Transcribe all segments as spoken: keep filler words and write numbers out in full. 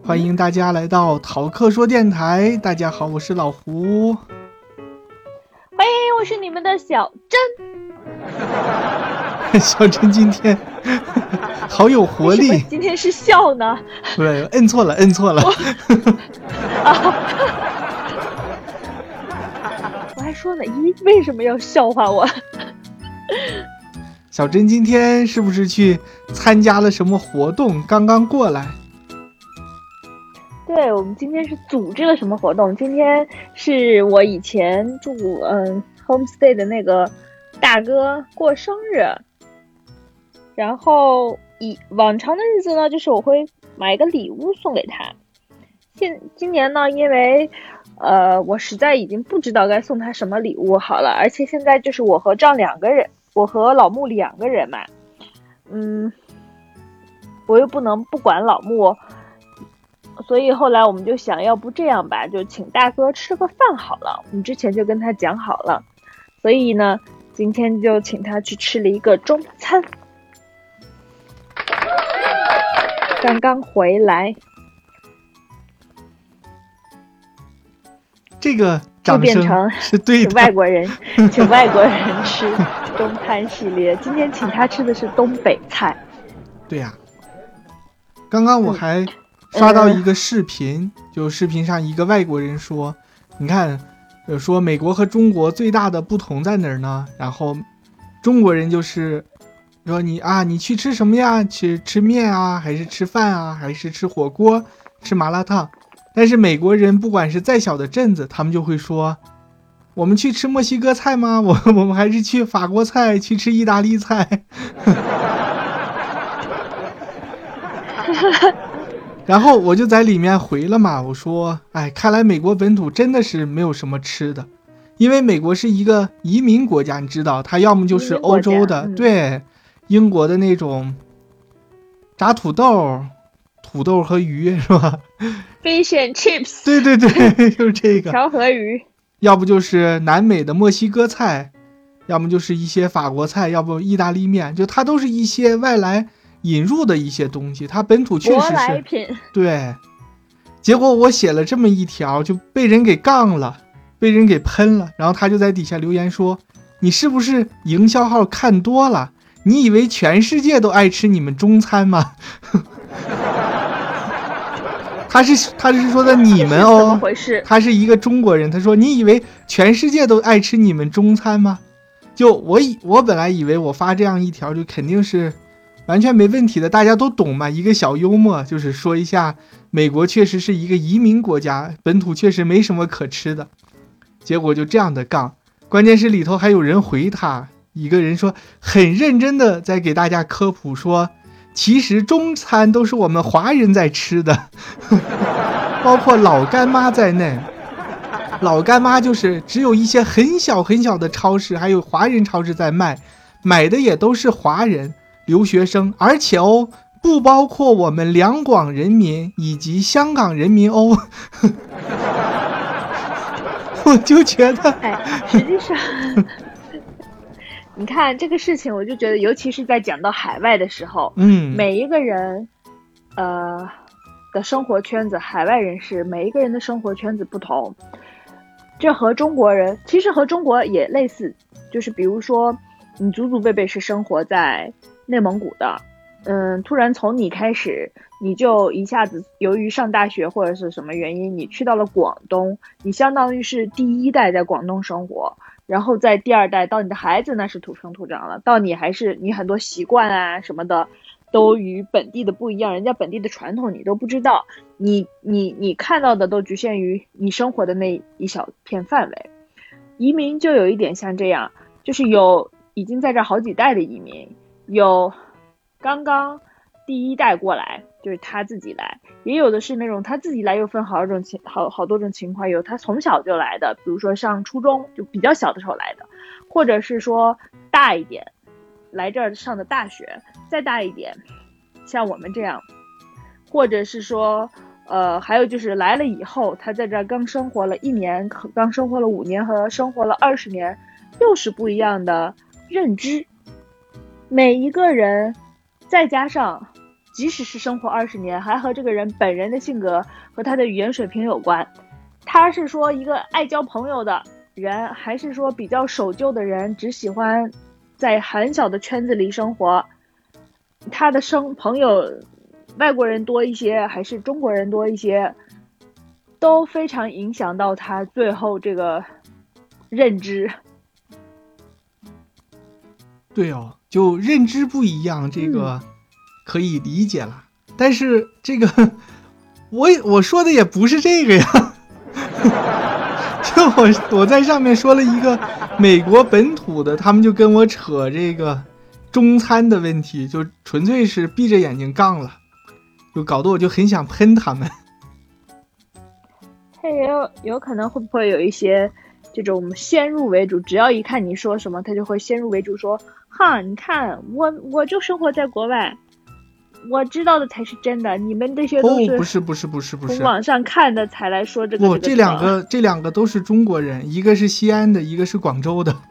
欢迎大家来到逃课说电台。大家好，我是老胡。 欢迎，我是你们的小珍。 小珍今天好有活力。 今天是笑呢？ 对，摁错了，摁错了。 我还说呢，咦，为什么要笑话我？ 小珍今天是不是去参加了什么活动？刚刚过来。 对，我们今天是组织了什么活动？今天是我以前住嗯 homestay 的那个大哥过生日，然后以往常的日子呢，就是我会买一个礼物送给他。现今年呢，因为呃我实在已经不知道该送他什么礼物好了，而且现在就是我和丈两个人，我和老穆两个人嘛，嗯，我又不能不管老穆。所以后来我们就想，要不这样吧，就请大哥吃个饭好了。我们之前就跟他讲好了，所以呢，今天就请他去吃了一个中餐。刚刚回来， 这个掌声是对的。 请外国人，请外国人吃中餐系列。今天请他吃的是东北菜。 对呀、啊，刚刚我还、嗯。刷到一个视频、嗯、就视频上一个外国人说，你看说美国和中国最大的不同在哪儿呢？然后中国人就是说你啊你去吃什么呀？去吃面啊，还是吃饭啊，还是吃火锅，吃麻辣烫？但是美国人不管是再小的镇子，他们就会说，我们去吃墨西哥菜吗？我我们还是去法国菜，去吃意大利菜。然后我就在里面回了嘛，我说哎，看来美国本土真的是没有什么吃的，因为美国是一个移民国家，你知道，它要么就是欧洲的、嗯、对，英国的那种炸土豆土豆和鱼是吧 Fish and chips 对对对，就是这个调和鱼， 要不就是南美的墨西哥菜，要么就是一些法国菜，要不意大利面，就它都是一些外来引入的一些东西，它本土确实是舶来品。 对，结果我写了这么一条就被人给杠了，被人给喷了，然后他就在底下留言说，你是不是营销号看多了？你以为全世界都爱吃你们中餐吗？他是他是说的你们哦， 怎么回事？ 他是一个中国人，他说你以为全世界都爱吃你们中餐吗？就我以我本来以为我发这样一条就肯定是完全没问题的，大家都懂嘛，一个小幽默，就是说一下美国确实是一个移民国家，本土确实没什么可吃的。结果就这样的杠，关键是里头还有人回他，一个人说很认真的在给大家科普说，其实中餐都是我们华人在吃的，包括老干妈在内。老干妈就是只有一些很小很小的超市，还有华人超市在卖，买的也都是华人留学生，而且哦，不包括我们两广人民以及香港人民哦。我就觉得， 哎，实际上，你看这个事情，我就觉得，尤其是在讲到海外的时候， 嗯， 每一个人，呃，的生活圈子，海外人士，每一个人的生活圈子不同，这和中国人其实和中国也类似，就是比如说，你祖祖辈辈是生活在内蒙古的，嗯，突然从你开始，你就一下子由于上大学或者是什么原因，你去到了广东，你相当于是第一代在广东生活，然后在第二代到你的孩子那是土生土长了，到你还是你很多习惯啊什么的都与本地的不一样，人家本地的传统你都不知道，你你你看到的都局限于你生活的那一小片范围。移民就有一点像这样，就是有已经在这好几代的移民，有刚刚第一代过来，就是他自己来，也有的是那种他自己来又分好多种情好好多种情况，有他从小就来的，比如说上初中就比较小的时候来的，或者是说大一点来这儿上的大学，再大一点像我们这样，或者是说呃，还有就是来了以后他在这儿刚生活了一年，刚生活了五年和生活了二十年又是不一样的认知。每一个人再加上即使是生活二十年，还和这个人本人的性格和他的语言水平有关。他是说一个爱交朋友的人，还是说比较守旧的人，只喜欢在很小的圈子里生活。他的生朋友外国人多一些还是中国人多一些，都非常影响到他最后这个认知。 对哦，就认知不一样，这个可以理解了。嗯、但是这个我我说的也不是这个呀，就我我在上面说了一个美国本土的，他们就跟我扯这个中餐的问题，就纯粹是闭着眼睛杠了，就搞得我就很想喷他们。 他也有有可能会不会有一些这种先入为主，只要一看你说什么，他就会先入为主说，哈，你看我我就生活在国外，我知道的才是真的，你们这些都是哦，不是不是不是不是从网上看的才来说这个。 不，这两个这两个都是中国人，一个是西安的，一个是广州的。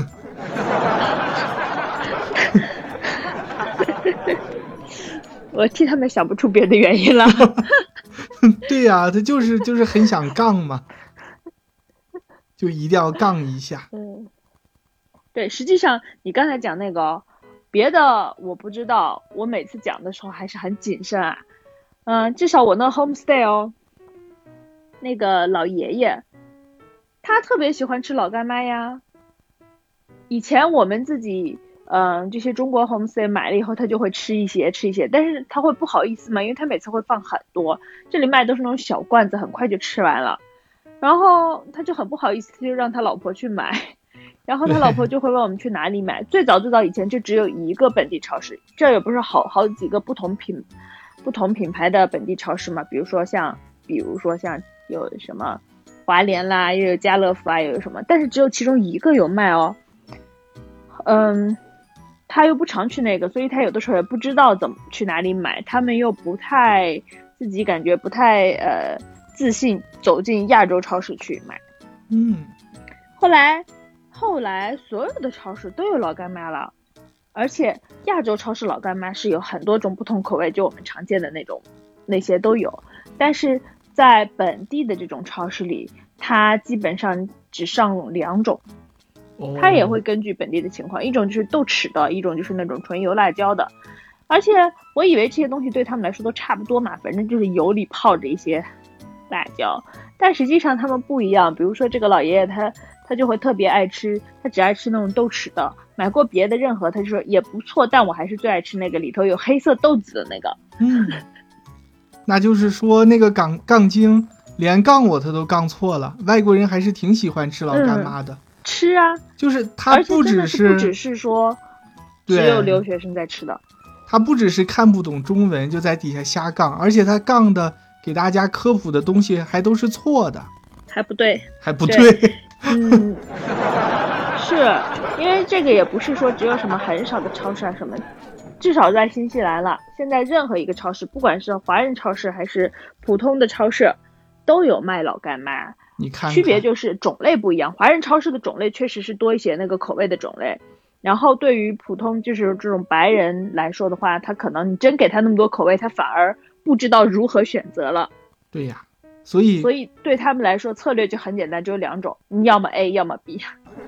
我替他们想不出别的原因了。 对呀、啊，他就是就是很想杠嘛，就一定要杠一下。 嗯，对，实际上你刚才讲那个别的我不知道，我每次讲的时候还是很谨慎啊。嗯、呃，至少我那 homestay 哦，那个老爷爷他特别喜欢吃老干妈呀。以前我们自己嗯，这些中国 homestay 买了以后他就会吃一些吃一些，但是他会不好意思嘛，因为他每次会放很多，这里卖都是那种小罐子，很快就吃完了，然后他就很不好意思，他就让他老婆去买，然后他老婆就会问我们去哪里买。最早最早以前就只有一个本地超市，这也不是好好几个不同品不同品牌的本地超市嘛，比如说像比如说像有什么华联啦，又有家乐福啊，又有什么，但是只有其中一个有卖哦。嗯，他又不常去那个，所以他有的时候也不知道怎么去哪里买，他们又不太自己感觉不太呃自信走进亚洲超市去买。 嗯， 后来后来所有的超市都有老干妈了，而且亚洲超市老干妈是有很多种不同口味，就我们常见的那种那些都有，但是在本地的这种超市里，它基本上只上两种。它也会根据本地的情况，一种就是豆豉的，一种就是那种纯油辣椒的。而且我以为这些东西对他们来说都差不多嘛，反正就是油里泡着一些辣椒，但实际上他们不一样。比如说这个老爷爷他他就会特别爱吃，他只爱吃那种豆豉的，买过别的任何他就说也不错，但我还是最爱吃那个里头有黑色豆子的那个。 嗯，那就是说那个杠杠精连杠我他都杠错了，外国人还是挺喜欢吃老干妈的。 嗯，吃啊， 就是他不只是不只是说只有留学生在吃的， 他不只是看不懂中文就在底下瞎杠，而且他杠的给大家科普的东西还都是错的， 还不对， 还不对。 对嗯，是因为这个也不是说只有什么很少的超市啊什么，至少在新西兰了，现在任何一个超市，不管是华人超市还是普通的超市，都有卖老干妈。 你看看， 区别就是种类不一样，华人超市的种类确实是多一些，那个口味的种类。然后对于普通就是这种白人来说的话，他可能你真给他那么多口味，他反而不知道如何选择了。 对呀，所以所以对他们来说策略就很简单，只有两种，你要么 A 要么 B。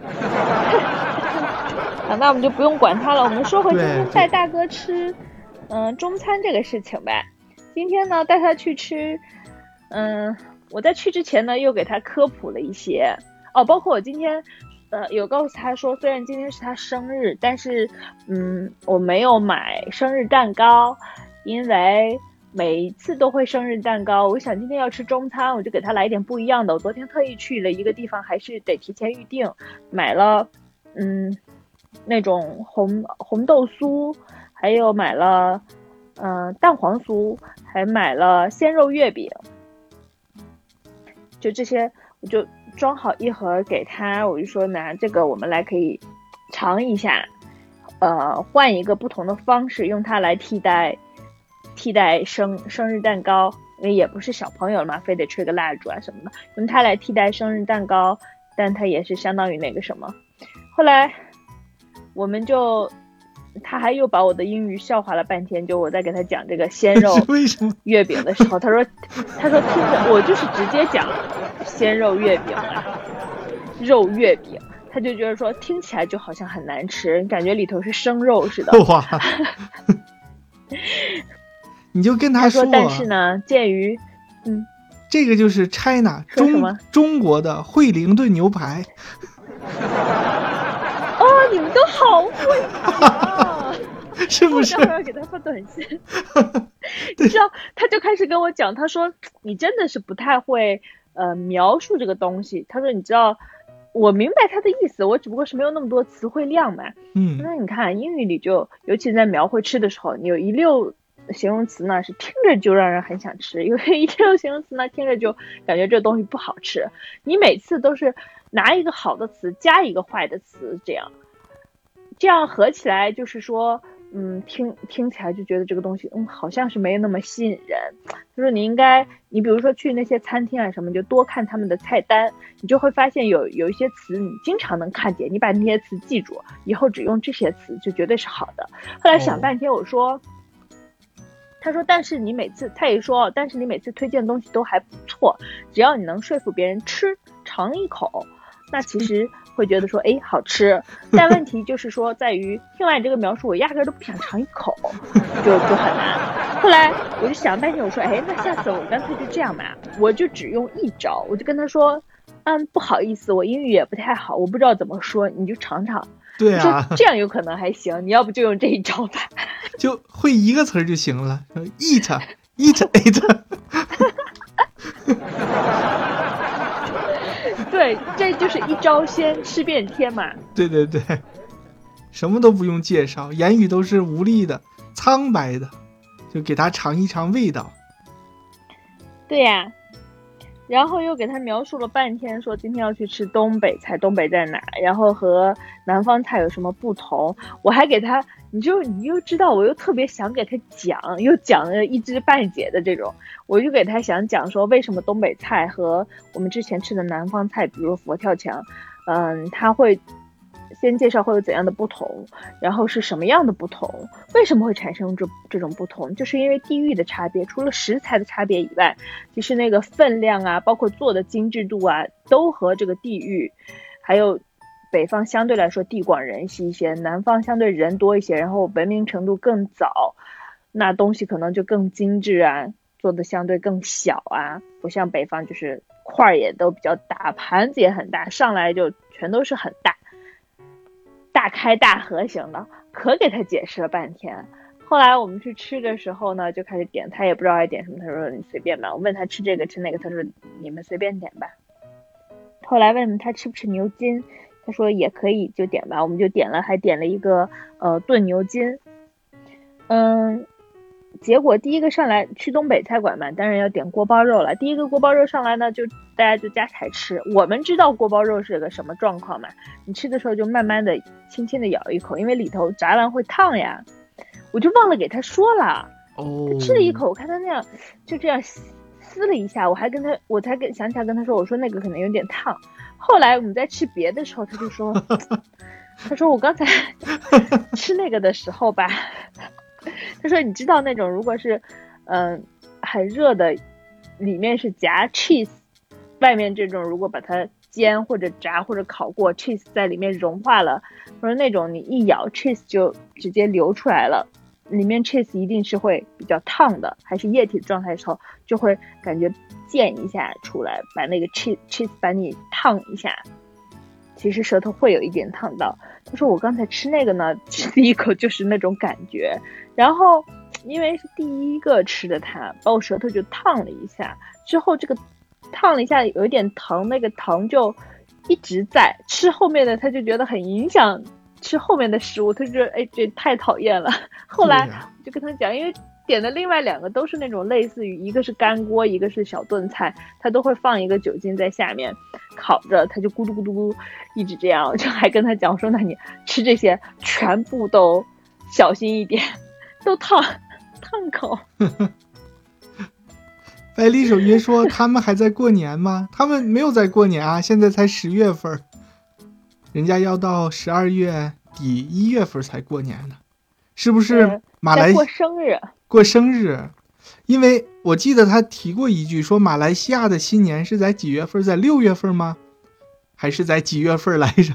啊，那我们就不用管他了。我们说回今天带大哥吃嗯、呃、中餐这个事情呗。今天呢带他去吃嗯。我在去之前呢，又给他科普了一些哦，包括我今天，呃，有告诉他说，虽然今天是他生日，但是，嗯，我没有买生日蛋糕，因为每一次都会生日蛋糕。我想今天要吃中餐，我就给他来一点不一样的。我昨天特意去了一个地方，还是得提前预定，买了，嗯，那种红红豆酥，还有买了，嗯、呃，蛋黄酥，还买了鲜肉月饼。就这些我就装好一盒给他，我就说拿这个我们来可以尝一下，呃，换一个不同的方式，用它来替代替代生生日蛋糕，因为也不是小朋友嘛，非得吹个蜡烛啊什么的，用它来替代生日蛋糕，但它也是相当于那个什么。后来我们就他还又把我的英语笑话了半天，就我在给他讲这个鲜肉为什么月饼的时候，他说他说听着我就是直接讲鲜肉月饼啊，肉月饼，他就觉得说听起来就好像很难吃，感觉里头是生肉似的。 哇！你就跟他说，他说但是呢，鉴于嗯， 这个就是 China 中中国的惠灵顿牛排。 哦，你们都好会啊！ 是不是？ 我待会儿要给他发短信。你知道，他就开始跟我讲，他说你真的是不太会呃描述这个东西。他说你知道，我明白他的意思，我只不过是没有那么多词汇量嘛。 嗯， 那你看英语里就，尤其在描绘吃的时候，你有一溜形容词呢是听着就让人很想吃，有一溜形容词呢听着就感觉这东西不好吃。你每次都是拿一个好的词加一个坏的词，这样这样合起来就是说嗯，听听起来就觉得这个东西嗯好像是没那么吸引人。他说你应该你比如说去那些餐厅啊什么，就多看他们的菜单，你就会发现有有一些词你经常能看见，你把那些词记住，以后只用这些词就绝对是好的。后来想半天我说、哦、他说但是你每次他也说但是你每次推荐的东西都还不错，只要你能说服别人吃尝一口，那其实会觉得说哎好吃。但问题就是说在于听完这个描述我压根都不想尝一口，就就很难。后来我就想半天，我说哎那下次我干脆就这样吧，我就只用一招，我就跟他说嗯不好意思我英语也不太好，我不知道怎么说，你就尝尝。 对啊， 这样有可能还行，你要不就用这一招吧， 就会一个词就行了 eat eat eat 对，这就是一招鲜吃遍天嘛。 对对对，什么都不用介绍，言语都是无力的苍白的，就给他尝一尝味道。 对呀、啊，然后又给他描述了半天，说今天要去吃东北菜，东北在哪，然后和南方菜有什么不同。我还给他，你就你又知道，我又特别想给他讲，又讲了一知半解的这种，我就给他想讲说为什么东北菜和我们之前吃的南方菜，比如佛跳墙，嗯，他会先介绍会有怎样的不同，然后是什么样的不同，为什么会产生这这种不同，就是因为地域的差别，除了食材的差别以外，其实那个分量啊，包括做的精致度啊，都和这个地域，还有北方相对来说地广人稀一些，南方相对人多一些，然后文明程度更早，那东西可能就更精致啊，做的相对更小啊，不像北方就是块也都比较大，盘子也很大，上来就全都是很大大开大合型的，可给他解释了半天。后来我们去吃的时候呢，就开始点，他也不知道该点什么，他说你随便吧。我问他吃这个吃那个，他说你们随便点吧。后来问他吃不吃牛筋，他说也可以就点吧，我们就点了，还点了一个呃炖牛筋。嗯，结果第一个上来去东北菜馆嘛，当然要点锅包肉了。第一个锅包肉上来呢，就大家就夹起来吃。我们知道锅包肉是个什么状况嘛，你吃的时候就慢慢的轻轻的咬一口，因为里头炸完会烫呀。我就忘了给他说了， 哦， 他吃了一口，我看他那样就这样撕了一下，我还跟他我才跟想起来跟他说，我说那个可能有点烫。后来我们在吃别的时候，他就说他说我刚才吃那个的时候吧，他说你知道那种如果是嗯、呃、很热的里面是夹 cheese， 外面这种如果把它煎或者炸或者烤过， cheese 在里面融化了，他说那种你一咬 cheese 就直接流出来了，里面 cheese 一定是会比较烫的，还是液体状态的时候就会感觉溅一下出来，把那个 cheese cheese 把你烫一下，其实舌头会有一点烫到。他说我刚才吃那个呢，吃第一口就是那种感觉，然后因为是第一个吃的它，把我舌头就烫了一下，之后这个烫了一下有一点疼，那个疼就一直在，吃后面的他就觉得很影响吃后面的食物，他就觉得哎这太讨厌了。后来我就跟他讲，因为点的另外两个都是那种类似于一个是干锅一个是小炖菜，他都会放一个酒精在下面烤着，他就咕嘟咕嘟咕一直这样。我就还跟他讲，我说那你吃这些全部都小心一点，都烫烫口。 百里守约说他们还在过年吗？他们没有在过年啊，现在才十月份，人家要到十二月底一月份才过年呢。 是不是马来过生日？ 过生日，因为我记得他提过一句，说马来西亚的新年是在几月份？在六月份吗？还是在几月份来着？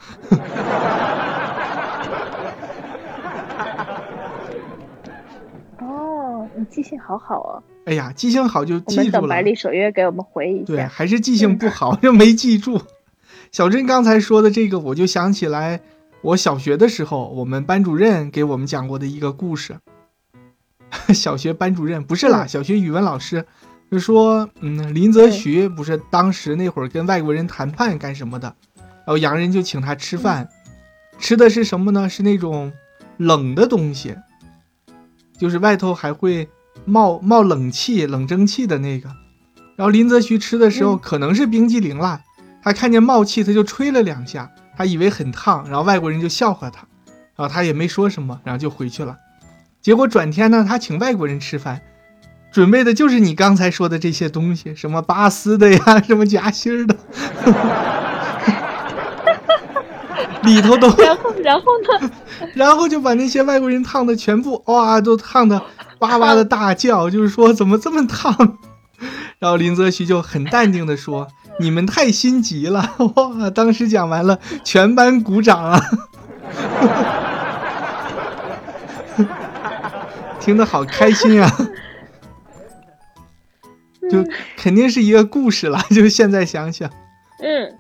哦，你记性好好哦。 哎呀，记性好就记住了。我们等百里守约给我们回忆一下。 对，还是记性不好，就没记住。小珍刚才说的这个，我就想起来，我小学的时候，我们班主任给我们讲过的一个故事。小学班主任不是啦，小学语文老师就说，嗯，林则徐不是当时那会儿跟外国人谈判干什么的，然后洋人就请他吃饭，吃的是什么呢？是那种冷的东西，就是外头还会冒冒冷气、冷蒸汽的那个。然后林则徐吃的时候可能是冰激凌啦。他看见冒气，他就吹了两下，他以为很烫，然后外国人就笑话他，然后他也没说什么，然后就回去了。结果转天呢，他请外国人吃饭，准备的就是你刚才说的这些东西，什么拔丝的呀，什么夹心的，里头都然后然后呢？ 然后就把那些外国人烫的全部哇，都烫的哇哇的大叫，就是说怎么这么烫？然后林则徐就很淡定的说，你们太心急了。哇，当时讲完了全班鼓掌啊。听得好开心啊。就肯定是一个故事了，就现在想想。 嗯，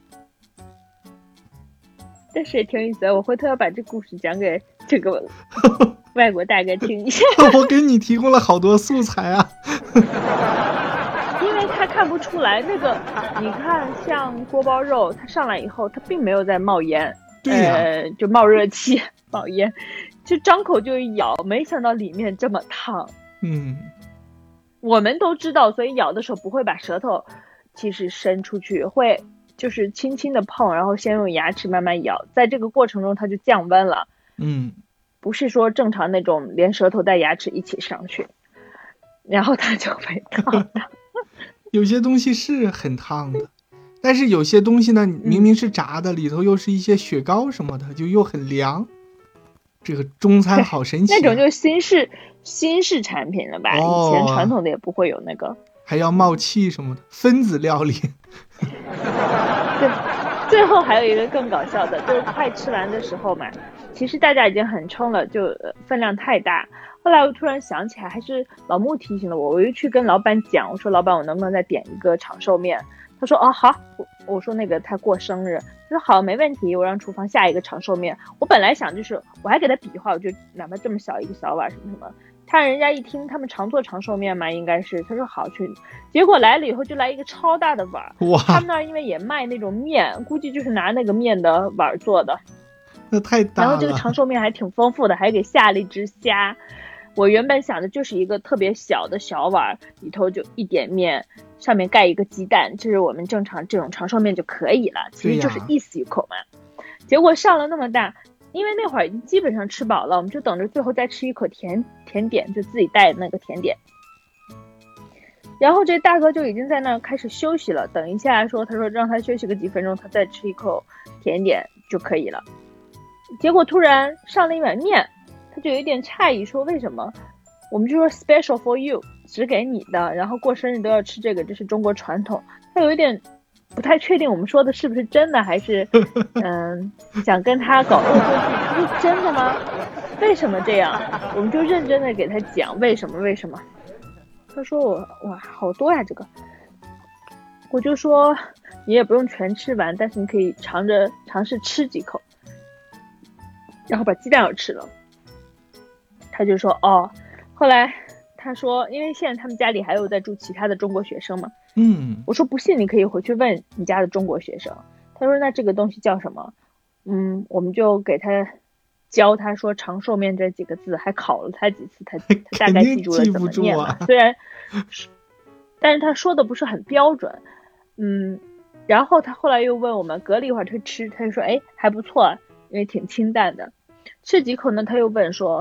但是也挺有意思的，我回头要把这故事讲给这个外国大哥听一下。 我给你提供了好多素材啊。 因为他看不出来那个，你看像锅包肉，它上来以后，它并没有在冒烟， 对呀、 呃，就冒热气、冒烟，就张口就咬，没想到里面这么烫。 嗯， 我们都知道，所以咬的时候不会把舌头其实伸出去，会就是轻轻的碰，然后先用牙齿慢慢咬，在这个过程中它就降温了。 嗯， 不是说正常那种连舌头带牙齿一起上去，然后它就被烫的。 有些东西是很烫的，但是有些东西呢，明明是炸的，里头又是一些雪糕什么的，就又很凉。这个中餐好神奇、啊， 那种就是新式新式产品了吧、 哦、 以前传统的也不会有那个， 还要冒气什么的分子料理。 对，最后还有一个更搞笑的，就是快吃完的时候嘛，其实大家已经很撑了，就分量太大。后来我突然想起来，还是老穆提醒了我，我又去跟老板讲，我说老板，我能不能再点一个长寿面？他说哦好，我我说那个他过生日，他说好没问题，我让厨房下一个长寿面。我本来想就是我还给他比划，我就哪怕这么小一个小碗什么什么，他人家一听他们常做长寿面嘛，应该是他说好去，结果来了以后就来一个超大的碗， 哇！ 他们那儿因为也卖那种面，估计就是拿那个面的碗做的， 那太大了。 然后这个长寿面还挺丰富的，还给下了一只虾。我原本想的就是一个特别小的小碗，里头就一点面，上面盖一个鸡蛋，这是我们正常这种长寿面就可以了，其实就是意思一口嘛。结果上了那么大，因为那会儿已经基本上吃饱了，我们就等着最后再吃一口甜甜点，就自己带那个甜点。然后这大哥就已经在那开始休息了，等一下说，他说让他休息个几分钟，他再吃一口甜点就可以了。结果突然上了一碗面，他就有一点诧异，说为什么？我们就说 special for you， 只给你的，然后过生日都要吃这个，这是中国传统。他有一点不太确定我们说的是不是真的，还是嗯想跟他搞恶作剧。他说真的吗？为什么这样？我们就认真的给他讲为什么为什么。他说我哇好多呀这个，我就说你也不用全吃完，但是你可以尝着尝试吃几口，然后把鸡蛋要吃了。他就说哦，后来他说因为现在他们家里还有在住其他的中国学生嘛， 嗯， 我说不信你可以回去问你家的中国学生。他说那这个东西叫什么？嗯，我们就给他教他说长寿面这几个字，还考了他几次，他他大概记住了怎么念嘛。 啊、 虽然，但是他说的不是很标准。嗯，然后他后来又问我们，隔了一会儿他吃，他就说哎还不错，因为挺清淡的。吃几口呢，他又问说，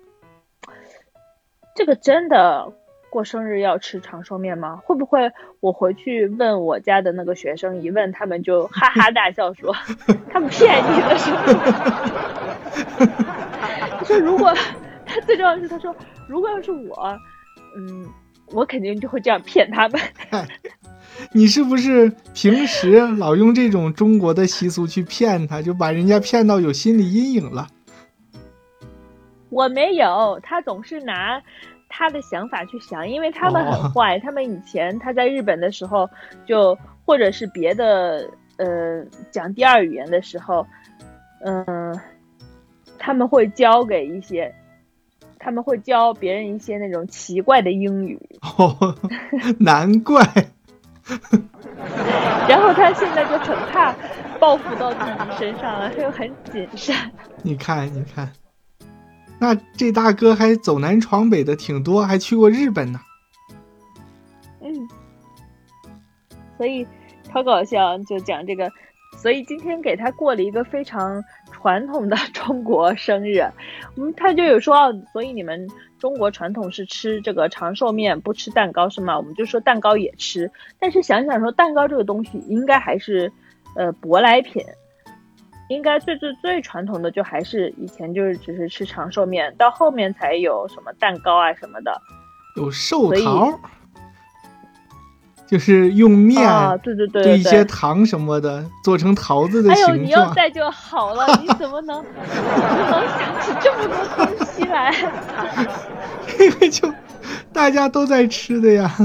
这个真的过生日要吃长寿面吗？会不会我回去问我家的那个学生一问，他们就哈哈大笑说他们骗你的是吗？ 说如果他最重要的是他说如果要是我，嗯，我肯定就会这样骗他们。 你是不是平时老用这种中国的习俗去骗他，就把人家骗到有心理阴影了？ 我没有，他总是拿他的想法去想，因为他们很坏、哦、他们以前他在日本的时候，就或者是别的呃讲第二语言的时候，嗯、呃，他们会教给一些他们会教别人一些那种奇怪的英语。 哦，难怪。 然后他现在就很怕报复到自己身上了，他又很谨慎。 你看你看，那这大哥还走南闯北的挺多，还去过日本呢。 嗯，所以超搞笑，就讲这个。所以今天给他过了一个非常传统的中国生日，嗯，他就有说，所以你们中国传统是吃这个长寿面，不吃蛋糕是吗？我们就说蛋糕也吃，但是想想说蛋糕这个东西应该还是呃舶来品，应该最最最传统的就还是以前就是只是吃长寿面，到后面才有什么蛋糕啊什么的， 有寿桃。就是用面、 啊、对对对兑一些糖什么的做成桃子的形状。 哎呦，你要带就好了，你怎么能怎么能想起这么多东西来？ 因为就大家都在吃的呀。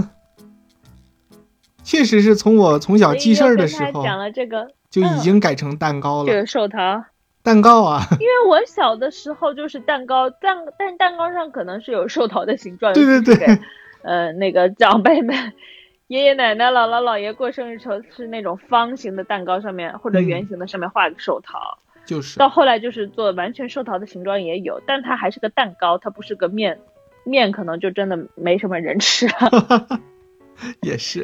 确实是从我从小记事儿的时候讲了这个就已经改成蛋糕了。 这个寿桃蛋糕啊， 因为我小的时候就是蛋糕，蛋但蛋糕上可能是有寿桃的形状。 对对对， 呃，那个长辈们。爷爷奶奶姥姥姥爷过生日时候是那种方形的蛋糕上面或者圆形的上面画个寿桃、 嗯、就是到后来就是做完全寿桃的形状也有，但它还是个蛋糕，它不是个面，面可能就真的没什么人吃了。 也是，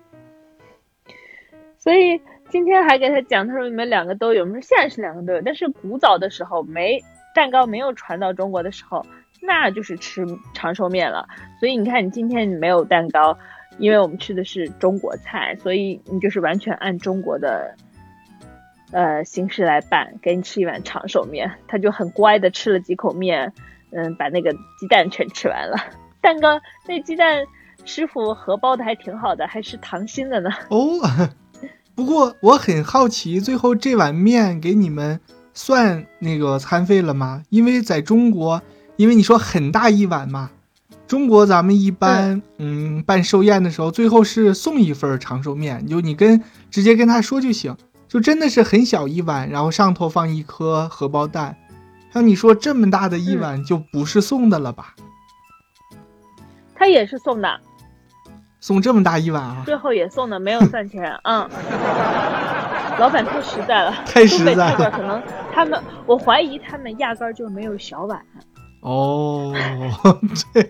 所以今天还给他讲，他说你们两个都有，我们说现在是两个都有，但是古早的时候没蛋糕没有传到中国的时候，那就是吃长寿面了。所以你看你今天你没有蛋糕，因为我们吃的是中国菜，所以你就是完全按中国的呃形式来办，给你吃一碗长寿面。他就很乖的吃了几口面，嗯，把那个鸡蛋全吃完了。蛋糕那鸡蛋师傅荷包的还挺好的，还是溏心的呢。 哦，不过我很好奇，最后这碗面给你们算那个餐费了吗？因为在中国，因为你说很大一碗嘛。中国咱们一般嗯, 嗯办寿宴的时候最后是送一份长寿面，就你跟直接跟他说就行，就真的是很小一碗，然后上头放一颗荷包蛋。像你说这么大的一碗就不是送的了吧？ 嗯、他也是送的， 送这么大一碗啊？ 最后也送的，没有算钱。嗯，老板太实在了， 太实在了。 可能他们，我怀疑他们压根儿就没有小碗。 哦，对。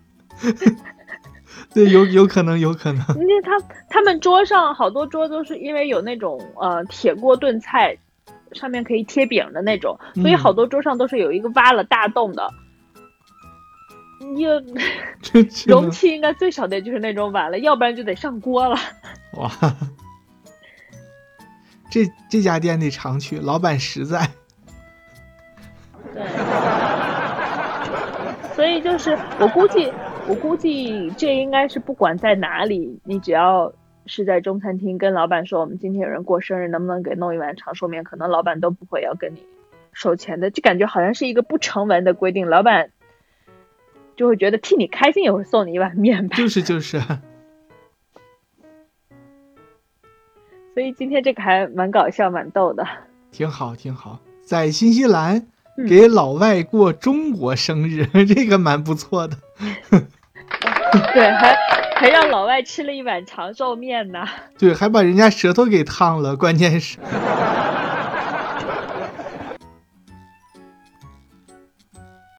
对，有有可能，有可能。 因为他他们桌上好多桌都是因为有那种呃铁锅炖菜，上面可以贴饼的那种，所以好多桌上都是有一个挖了大洞的。你、嗯、容器应该最少的就是那种碗了，要不然就得上锅了。 哇，这这家店得常去，老板实在。 对。所以就是我估计。我估计这应该是不管在哪里，你只要是在中餐厅跟老板说我们今天有人过生日，能不能给弄一碗长寿面，可能老板都不会要跟你收钱的，就感觉好像是一个不成文的规定，老板就会觉得替你开心，也会送你一碗面吧。 就是就是所以今天这个还蛮搞笑蛮逗的。 挺好挺好，在新西兰给老外过中国生日、嗯、这个蛮不错的。 对，还还让老外吃了一碗长寿面呢。 对，还把人家舌头给烫了，关键是。